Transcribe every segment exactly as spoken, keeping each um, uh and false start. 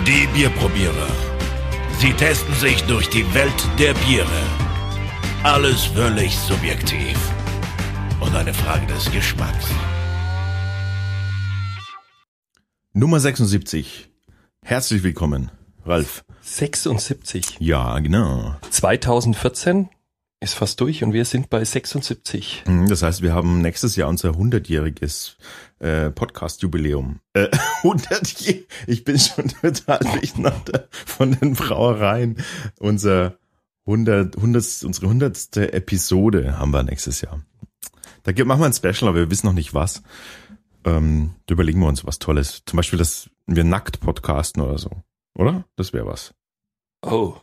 Die Bierprobierer. Sie testen sich durch die Welt der Biere. Alles völlig subjektiv. Und eine Frage des Geschmacks. Nummer sechsundsiebzig. Herzlich willkommen, Ralf. sechsundsiebzig. Ja, genau. zweitausendvierzehn ist fast durch und wir sind bei sechsundsiebzig. Das heißt, wir haben nächstes Jahr unser hundertjähriges äh, Podcast-Jubiläum. Äh, hundert Ich bin schon total durcheinander von den Brauereien. Unser hundert, hundert, unsere hundertste Episode haben wir nächstes Jahr. Da gibt, machen wir ein Special, aber wir wissen noch nicht was. Ähm, da überlegen wir uns was Tolles. Zum Beispiel, dass wir nackt podcasten oder so. Oder? Das wäre was. Oh.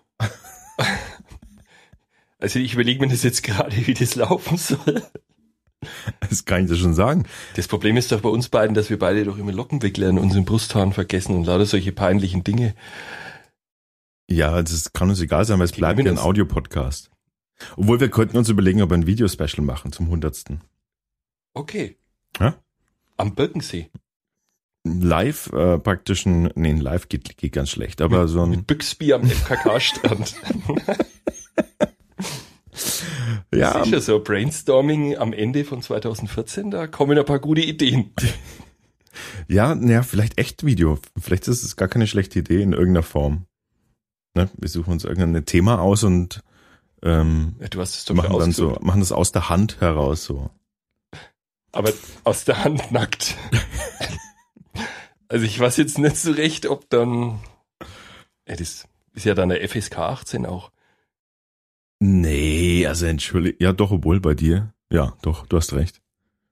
Also ich überlege mir das jetzt gerade, wie das laufen soll. Das kann ich dir schon sagen. Das Problem ist doch bei uns beiden, dass wir beide doch immer Lockenwickler in unseren Brusthaaren vergessen und lauter solche peinlichen Dinge. Ja, das kann uns egal sein, weil es bleibt ja ein Audiopodcast. Obwohl wir könnten uns überlegen, ob wir ein Videospecial machen zum hundertsten. Okay. Ja? Am Birkensee. Live äh, praktisch ein, nee, live geht, geht ganz schlecht, aber mit, so ein... Mit Büchsbier am F K K-Strand. Ja. Sicher so, Brainstorming am Ende von zweitausendvierzehn, da kommen ein paar gute Ideen. Ja, naja, vielleicht echt Video. Vielleicht ist es gar keine schlechte Idee in irgendeiner Form. Ne? Wir suchen uns irgendein Thema aus und ähm, ja, du hast es doch machen dann so, machen das aus der Hand heraus so. Aber aus der Hand nackt. Also ich weiß jetzt nicht so recht, ob dann, ja, das ist ja dann der F S K achtzehn auch. Nee, also entschuldige, ja doch, obwohl bei dir, ja doch, du hast recht.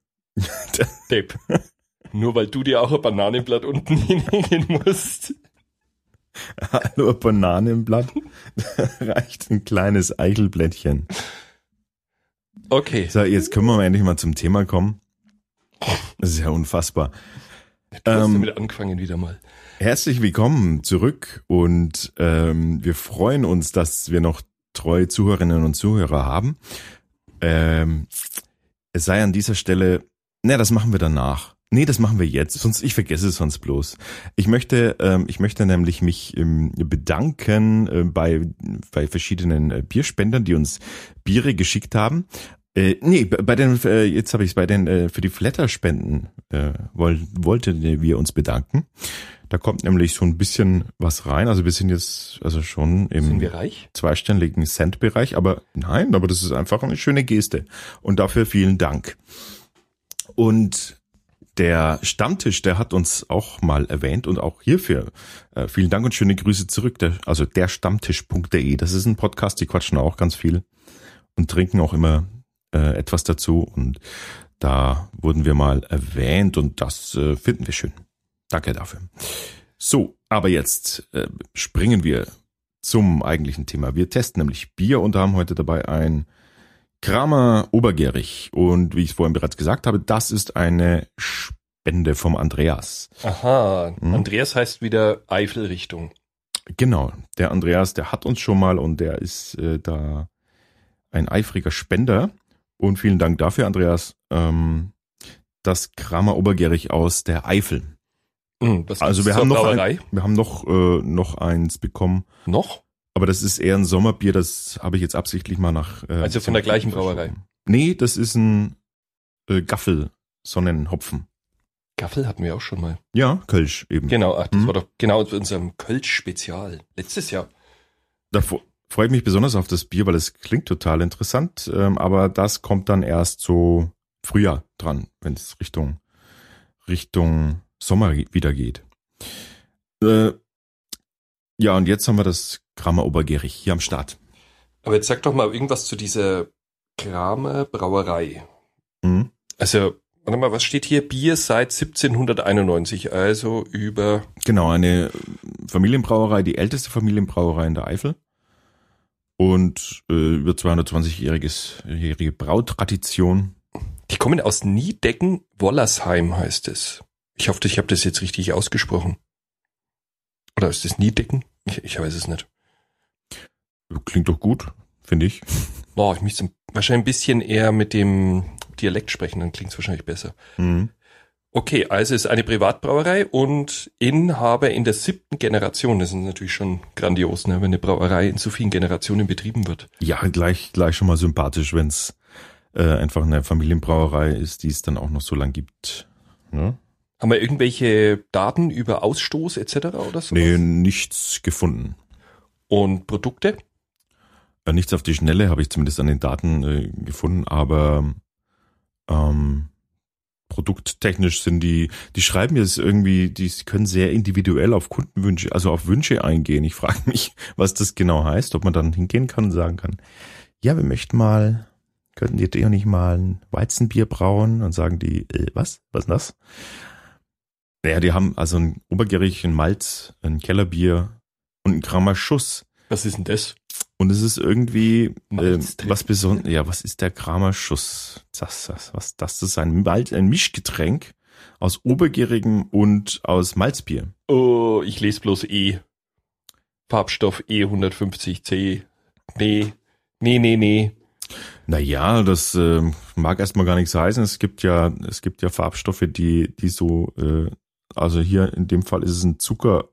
Depp. Nur weil du dir auch ein Bananenblatt unten hinhängen musst. Hallo, ein Bananenblatt, da reicht ein kleines Eichelblättchen. Okay. So, jetzt können wir endlich mal zum Thema kommen. Das ist ja unfassbar. Du hast ähm, damit angefangen wieder mal. Herzlich willkommen zurück und ähm, wir freuen uns, dass wir noch treue Zuhörerinnen und Zuhörer haben. Ähm, es sei an dieser Stelle, ne, das machen wir danach. Nee, das machen wir jetzt, sonst ich vergesse es sonst bloß. Ich möchte, ähm, ich möchte nämlich mich ähm, bedanken äh, bei bei verschiedenen äh, Bierspendern, die uns Biere geschickt haben. Äh, nee, bei den äh, jetzt habe ich es bei den äh, für die Flatterspenden äh, woll, wollten wir uns bedanken. Da kommt nämlich so ein bisschen was rein. Also wir sind jetzt also schon im Sind wir reich? zweistelligen Centbereich, aber nein, aber das ist einfach eine schöne Geste. Und dafür vielen Dank. Und der Stammtisch, der hat uns auch mal erwähnt und auch hierfür äh, vielen Dank und schöne Grüße zurück. Der, also der Stammtisch punkt de, das ist ein Podcast, die quatschen auch ganz viel und trinken auch immer äh, etwas dazu. Und da wurden wir mal erwähnt und das äh, finden wir schön. Danke dafür. So, aber jetzt äh, springen wir zum eigentlichen Thema. Wir testen nämlich Bier und haben heute dabei ein Kramer Obergärig. Und wie ich es vorhin bereits gesagt habe, das ist eine Spende vom Andreas. Aha, Hm? Andreas heißt wieder Eifel-Richtung. Genau, der Andreas, der hat uns schon mal und der ist äh, da ein eifriger Spender. Und vielen Dank dafür, Andreas. Ähm, das Kramer Obergärig aus der Eifel. Was Also wir haben noch ein, wir haben noch äh, noch eins bekommen. Noch? Aber das ist eher ein Sommerbier, das habe ich jetzt absichtlich mal nach... Äh, also von der gleichen Brauerei? Nee, das ist ein äh, Gaffel Sonnenhopfen. Gaffel hatten wir auch schon mal. Ja, Kölsch eben. Genau, ach, das hm. war doch genau in unserem Kölsch-Spezial. Letztes Jahr. Da freue ich mich besonders auf das Bier, weil es klingt total interessant. Ähm, aber das kommt dann erst so Frühjahr dran, wenn es Richtung, Richtung Sommer wieder geht. Äh, ja, und jetzt haben wir das Kramer Obergärig hier am Start. Aber jetzt sag doch mal irgendwas zu dieser Kramer Brauerei. Mhm. Also, warte mal, was steht hier? Bier seit siebzehnhunderteinundneunzig, also über... Genau, eine Familienbrauerei, die älteste Familienbrauerei in der Eifel. Und äh, über zweihundertzwanzigjährige Brautradition. Die kommen aus Niedecken, Wollersheim heißt es. Ich hoffe, ich habe das jetzt richtig ausgesprochen. Oder ist das Niedecken? Ich, ich weiß es nicht. Klingt doch gut, finde ich. Boah, ich müsste wahrscheinlich ein bisschen eher mit dem Dialekt sprechen, dann klingt es wahrscheinlich besser. Mhm. Okay, also es ist eine Privatbrauerei und Inhaber in der siebten Generation. Das ist natürlich schon grandios, ne, wenn eine Brauerei in so vielen Generationen betrieben wird. Ja, gleich, gleich schon mal sympathisch, wenn es äh, einfach eine Familienbrauerei ist, die es dann auch noch so lang gibt. Ne? Haben wir irgendwelche Daten über Ausstoß et cetera oder so? Nee, nichts gefunden. Und Produkte? Äh, nichts auf die Schnelle habe ich zumindest an den Daten äh, gefunden, aber ähm, produkttechnisch sind die, die schreiben jetzt irgendwie, die können sehr individuell auf Kundenwünsche, also auf Wünsche eingehen. Ich frage mich, was das genau heißt, ob man dann hingehen kann und sagen kann, ja, wir möchten mal, könnten die dir nicht mal ein Weizenbier brauen? Und sagen die, äh, was? Was ist das? Naja, die haben also ein obergärig, ein Malz, ein Kellerbier und ein Grammer Schuss. Was ist denn das? Und es ist irgendwie äh, Malztritt. was Besonderes. Ja, was ist der Kramer Schuss? Das, das, was, das ist ein, Malz, ein Mischgetränk aus obergärigem und aus Malzbier. Oh, ich lese bloß E. Farbstoff E hundertfünfzig C. Nee, nee, nee, nee. Naja, das äh, mag erstmal gar nichts heißen. Es gibt ja, es gibt ja Farbstoffe, die, die so, äh, also hier in dem Fall ist es ein Zucker,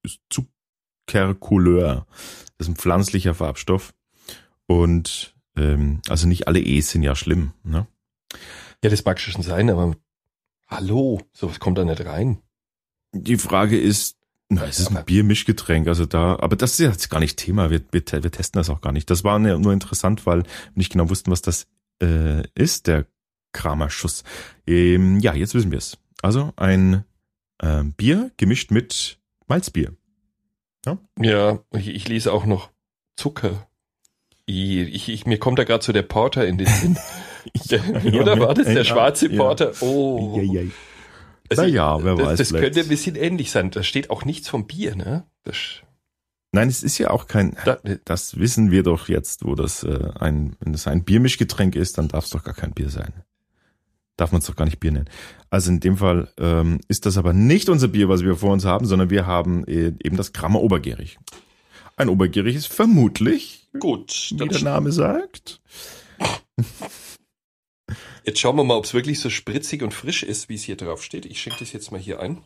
Zuckercouleur. Das ist ein pflanzlicher Farbstoff. Und ähm, also nicht alle E's sind ja schlimm, ne? Ja, das mag schon sein, aber hallo, sowas kommt da nicht rein. Die Frage ist, na, es ist ein Biermischgetränk, also da, aber das ist jetzt gar nicht Thema, wir, wir, wir testen das auch gar nicht. Das war nur interessant, weil wir nicht genau wussten, was das äh, ist, der Kramer Schuss. Ähm, ja, jetzt wissen wir es. Also ein äh, Bier gemischt mit Malzbier. Ja, Ja, ich, ich lese auch noch Zucker. Ich, ich, ich, mir kommt da gerade so der Porter in den Sinn. Oder war das der schwarze Porter? Oh. Ja, ja, ja. Also, Naja, wer das, weiß. Das vielleicht. könnte ein bisschen ähnlich sein. Da steht auch nichts vom Bier, ne? Das, Nein, es ist ja auch kein, da, das wissen wir doch jetzt, wo das äh, ein, wenn das ein Biermischgetränk ist, dann darf es doch gar kein Bier sein. Darf man es doch gar nicht Bier nennen. Also in dem Fall ähm, ist das aber nicht unser Bier, was wir vor uns haben, sondern wir haben äh, eben das Kramer Obergärig. Ein Obergärig ist vermutlich, gut. wie der Name sagt. Jetzt schauen wir mal, ob es wirklich so spritzig und frisch ist, wie es hier drauf steht. Ich schenke das jetzt mal hier ein.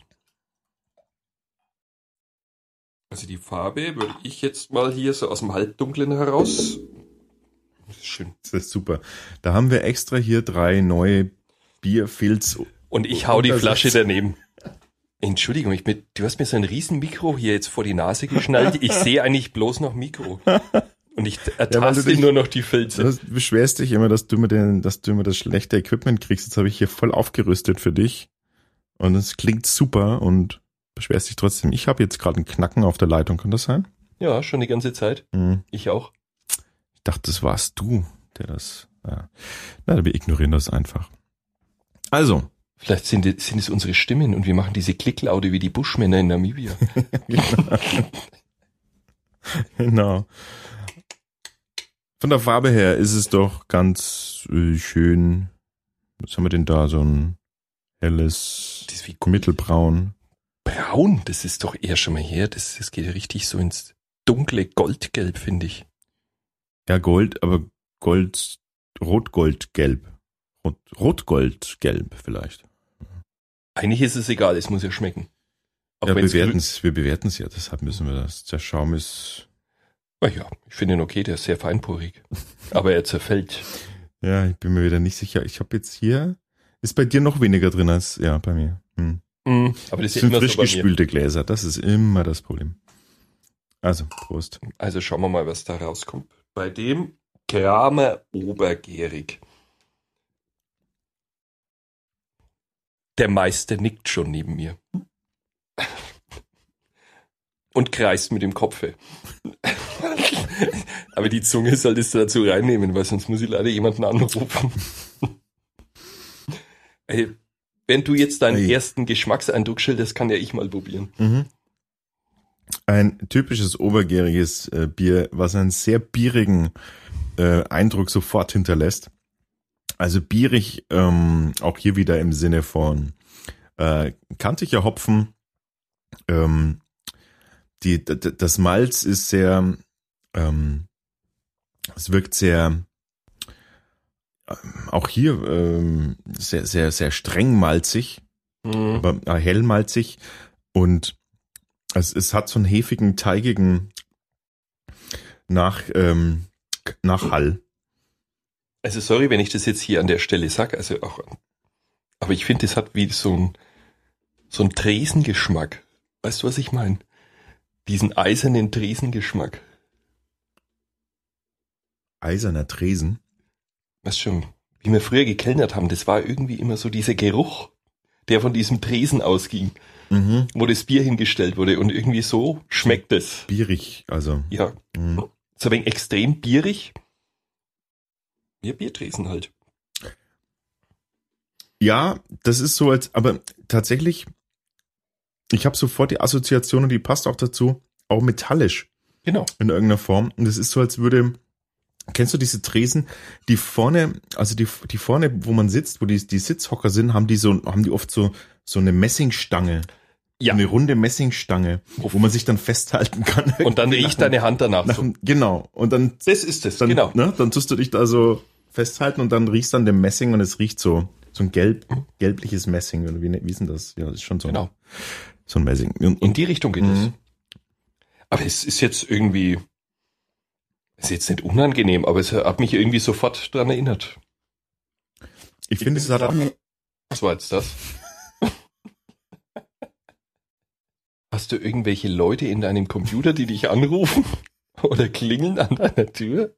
Also die Farbe würde ich jetzt mal hier so aus dem Halbdunklen heraus. Das ist schön. Das ist super. Da haben wir extra hier drei neue Bierfilz. Und ich hau die Flasche daneben. Entschuldigung, ich mit, du hast mir so ein riesen Mikro hier jetzt vor die Nase geschnallt. Ich sehe eigentlich bloß noch Mikro. Und ich ertaste ja, nur noch die Filze. Du beschwerst dich immer, dass du mir den, dass du immer das schlechte Equipment kriegst. Jetzt habe ich hier voll aufgerüstet für dich. Und es klingt super und beschwerst dich trotzdem. Ich habe jetzt gerade einen Knacken auf der Leitung. Kann das sein? Ja, schon die ganze Zeit. Mhm. Ich auch. Ich dachte, das warst du, der das... Ja. Na, wir ignorieren das einfach. Also. Vielleicht sind, die, sind es unsere Stimmen und wir machen diese Klicklaute wie die Buschmänner in Namibia. Genau. Von der Farbe her ist es doch ganz äh, schön. Was haben wir denn da? So ein helles, Das ist wie mittelbraun. Braun, das ist doch eher schon mal her. Das, das geht richtig so ins dunkle Goldgelb, finde ich. Ja, Gold, aber Gold, Rot-Gold-Gelb. Rot, Rot-Gold-Gelb vielleicht. Eigentlich ist es egal, es muss ja schmecken. Auch Ja, wenn's bewerten's, wir bewerten es ja, deshalb müssen wir das. Der Schaum ist... grün- Ah ja, ich finde ihn okay, der ist sehr feinporig. Aber er zerfällt. Ja, ich bin mir wieder nicht sicher. Ich habe jetzt hier... Ist bei dir noch weniger drin als ja bei mir. Hm. Mm, aber Das das ist ja sind immer frisch so bei mir. gespülte Gläser, das ist immer das Problem. Also, Prost. Also schauen wir mal, was da rauskommt. Bei dem Kramer Obergärig. Der Meister nickt schon neben mir. Und kreist mit dem Kopfe. Aber die Zunge solltest du dazu reinnehmen, weil sonst muss ich leider jemanden anrufen. Ey, wenn du jetzt deinen Hey. ersten Geschmackseindruck schilderst, kann ja ich mal probieren. Mhm. Ein typisches obergäriges äh, Bier, was einen sehr bierigen äh, Eindruck sofort hinterlässt. Also bierig, ähm, auch hier wieder im Sinne von äh, kantiger Hopfen. Ähm, die, d- d- das Malz ist sehr, ähm, es wirkt sehr, ähm, auch hier ähm, sehr, sehr, sehr streng malzig. Mhm. Aber äh, hellmalzig und es, es hat so einen hefigen, teigigen Nach, ähm, Nachhall. Also sorry, wenn ich das jetzt hier an der Stelle sage, also auch, aber ich finde, es hat wie so ein, so ein Tresengeschmack. Weißt du, was ich meine? Diesen eisernen Tresengeschmack. Eiserner Tresen. Weißt schon, wie wir früher gekellnert haben, das war irgendwie immer so dieser Geruch, der von diesem Tresen ausging, Mhm. wo das Bier hingestellt wurde und irgendwie so schmeckt es. Bierig, also. Ja, Mhm. so ein wenig extrem bierig. Ja, Biertresen halt. Ja, das ist so als, aber tatsächlich, ich habe sofort die Assoziation und die passt auch dazu, auch metallisch Genau. in irgendeiner Form. Und das ist so, als würde, kennst du diese Tresen, die vorne, also die, die vorne, wo man sitzt, wo die, die Sitzhocker sind, haben die so, haben die oft so, so eine Messingstange. Ja. Eine runde Messingstange, wo man sich dann festhalten kann. Und dann riecht deine Hand danach Nach, so. genau. Und dann, Das ist es, dann, genau. ne, dann tust du dich da so festhalten und dann riechst dann dem Messing und es riecht so, so ein gelb, gelbliches Messing. Oder wie, wie ist denn das? Ja, das ist schon so, Genau. ein, so ein Messing. Und, In und, die Richtung geht es. Mhm. Aber es ist jetzt irgendwie, es ist jetzt nicht unangenehm, aber es hat mich irgendwie sofort dran erinnert. ich finde, es hat auch, Was war jetzt das? Hast du irgendwelche Leute in deinem Computer, die dich anrufen oder klingeln an deiner Tür?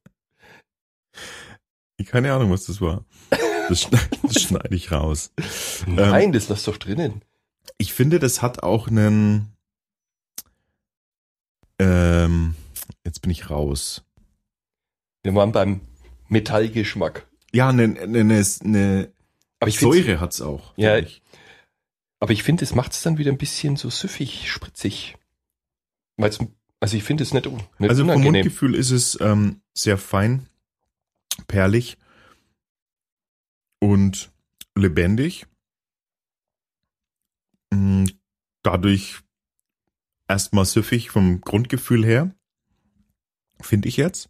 keine Ahnung, was das war. Das, schneid, das schneide ich raus. Nein, das lass doch drinnen. Ich finde, das hat auch einen, ähm, jetzt bin ich raus. Wir waren beim Metallgeschmack. Ja, eine, eine, eine Aber ich find's- Säure hat's auch. Ja, finde ich. Aber ich finde, es macht es dann wieder ein bisschen so süffig, spritzig. Weil's, also ich finde es nicht, un- nicht Also vom unangenehm. Mundgefühl ist es ähm, sehr fein, perlig und lebendig. Mm, Dadurch erstmal süffig vom Grundgefühl her, finde ich jetzt.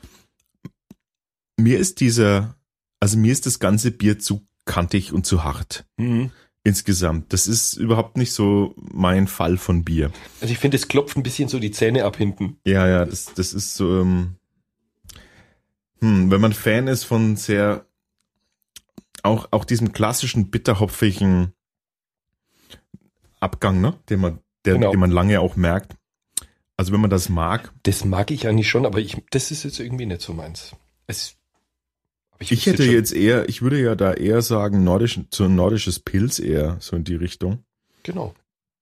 Mir ist dieser, also mir ist das ganze Bier zu kantig und zu hart. Mhm. Insgesamt. Das ist überhaupt nicht so mein Fall von Bier. Also ich finde, es klopft ein bisschen so die Zähne ab hinten. Ja, ja, das, das ist so, ähm, hm, wenn man Fan ist von sehr, auch, auch diesem klassischen bitterhopfigen Abgang, ne, den man, der, Genau. den man lange auch merkt. Also wenn man das mag. Das mag ich eigentlich schon, aber ich, das ist jetzt irgendwie nicht so meins. Es, aber Ich wüsste hätte schon- jetzt eher, ich würde ja da eher sagen, nordisch, so ein nordisches Pilz eher, so in die Richtung. Genau.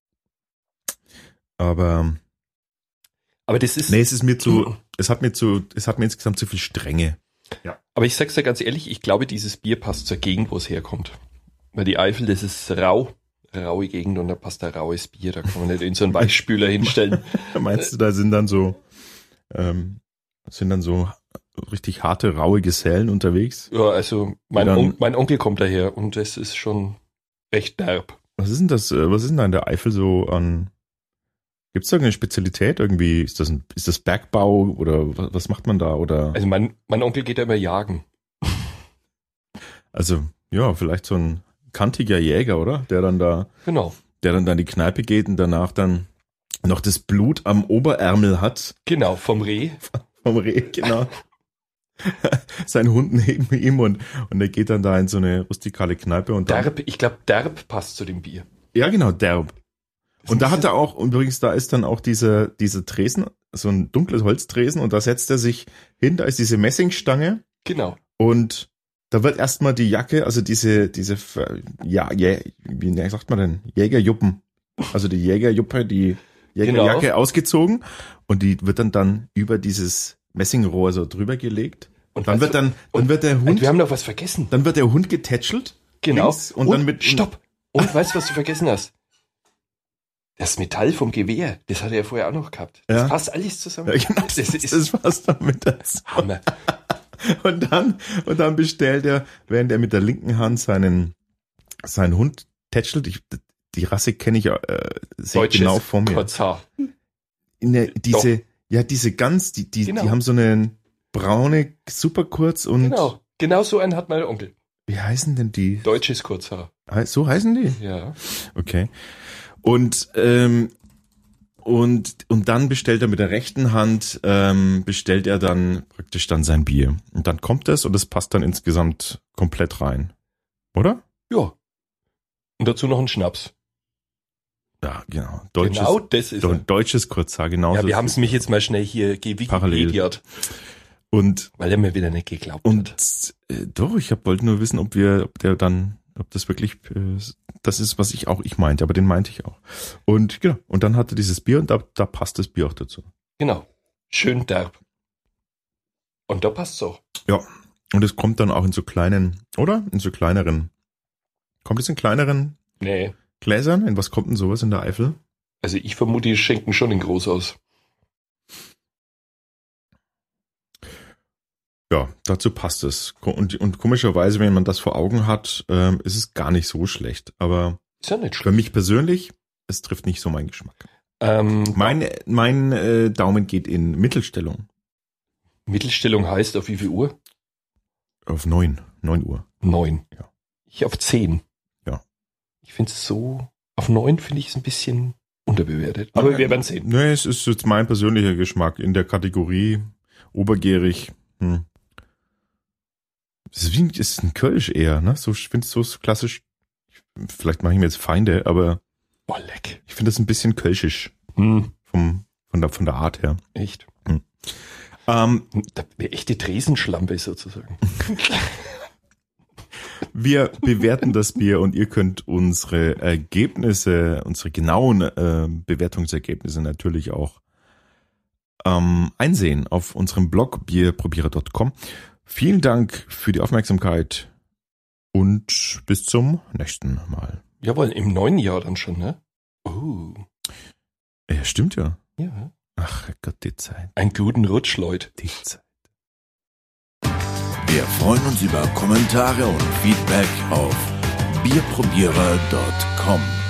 Aber, Aber das ist, nee, es ist mir zu, es hat mir zu, es hat mir insgesamt zu viel Strenge. aber ich sag's dir ganz ehrlich, ich glaube, dieses Bier passt zur Gegend, wo es herkommt. Weil die Eifel, das ist rau, raue Gegend und da passt ein raues Bier, da kann man nicht in so einen Weichspüler hinstellen. Meinst du, da sind dann so, ähm, sind dann so richtig harte, raue Gesellen unterwegs? Ja, also mein, Dann- On mein Onkel kommt daher und das ist schon recht derb. Was ist denn das, äh, was ist denn da in der Eifel so an, gibt's da irgendeine Spezialität irgendwie? Ist das ein, ist das Bergbau oder was, was macht man da? Oder, Also mein, mein Onkel geht ja immer jagen. also, ja, vielleicht so ein kantiger Jäger, oder? Der dann da, Genau. der dann da in die Kneipe geht und danach dann noch das Blut am Oberärmel hat. Genau, vom Reh. Vom Reh, genau. Sein Hund neben ihm und, und er geht dann da in so eine rustikale Kneipe und dann, Derb, ich glaube, derb passt zu dem Bier. ja, genau, derb. Das Und da ist hat er auch, und übrigens, da ist dann auch diese, diese Tresen, so ein dunkles Holztresen und da setzt er sich hin, da ist diese Messingstange Genau. und da wird erstmal die Jacke, also diese, diese, ja, ja, wie sagt man denn? Jägerjuppen. Also die Jägerjuppe, die Jägerjacke Genau. ausgezogen und die wird dann dann über dieses Messingrohr so drüber gelegt. Und Dann weißt wird du- dann, dann und- wird der Und Hund, wir haben noch was vergessen. dann wird der Hund getätschelt. Genau. links und dann mit, Stopp. Und weißt du, was du vergessen hast? Das Metall vom Gewehr, das hat er ja vorher auch noch gehabt. Das Ja. passt alles zusammen. Ja, genau, das das, ist das war's damit dazu. Hammer. Und dann, und dann bestellt er, während er mit der linken Hand seinen, seinen Hund tätschelt, ich, die Rasse kenne ich äh, sehr Deutsches genau vor mir. Kurzhaar. In der, diese, ja, diese Gans, die, die, Genau. die haben so eine braune, super kurz und, Genau. Genau so einen hat mein Onkel. wie heißen denn die? Deutsches Kurzhaar. So heißen die? Ja. Okay. Und ähm, und und dann bestellt er mit der rechten Hand ähm, bestellt er dann praktisch dann sein Bier und dann kommt es und es passt dann insgesamt komplett rein, oder? Ja. Und dazu noch ein Schnaps. Ja, genau. Deutsches, genau, das ist Do- er. Deutsches Kurzhaar, genau. Ja, so wir ist haben es. es mich jetzt mal schnell hier gewikipediert, Und weil er mir wieder nicht geglaubt und hat. äh, doch, ich hab, wollte nur wissen, ob wir, ob der dann, ob das wirklich äh, das ist, was ich auch ich meinte, aber den meinte ich auch. Und genau, und dann hatte dieses Bier und da, da passt das Bier auch dazu. Genau. Schön derb. Und da passt's auch. Ja. Und es kommt dann auch in so kleinen, oder? In so kleineren. Kommt es in kleineren Nee. Gläsern? In was kommt denn sowas in der Eifel? Also ich vermute, die schenken schon in groß aus. Ja, dazu passt es. Und, und komischerweise, wenn man das vor Augen hat, ähm, ist es gar nicht so schlecht. Aber Ist ja nicht für schlimm. mich persönlich, es trifft nicht so meinen Geschmack. Ähm, Mein, mein äh, Daumen geht in Mittelstellung. Mittelstellung heißt auf wie viel Uhr? Auf neun, neun Uhr. Neun. Ja. Ich auf zehn. Ja. Ich finde es so, auf neun finde ich es ein bisschen unterbewertet. Aber wir werden sehen. Nee, es ist jetzt mein persönlicher Geschmack in der Kategorie obergärig. Hm. Es ist, wie, es ist ein Kölsch eher, ne? So, ich finde es so klassisch. Vielleicht mache ich mir jetzt Feinde, aber Boah, leck. ich finde es ein bisschen kölschisch Hm, vom, von der, von der Art her. echt. Ähm, Da- Eine echte Tresenschlampe sozusagen. wir bewerten das Bier und ihr könnt unsere Ergebnisse, unsere genauen äh, Bewertungsergebnisse natürlich auch ähm, einsehen auf unserem Blog bierprobierer punkt com. Vielen Dank für die Aufmerksamkeit und bis zum nächsten Mal. Jawohl, im neuen Jahr dann schon, ne? Oh, Ja, stimmt ja. ja. Ach Gott, die Zeit. Einen guten Rutsch, Leute. Die Zeit. Wir freuen uns über Kommentare und Feedback auf bierprobierer punkt com.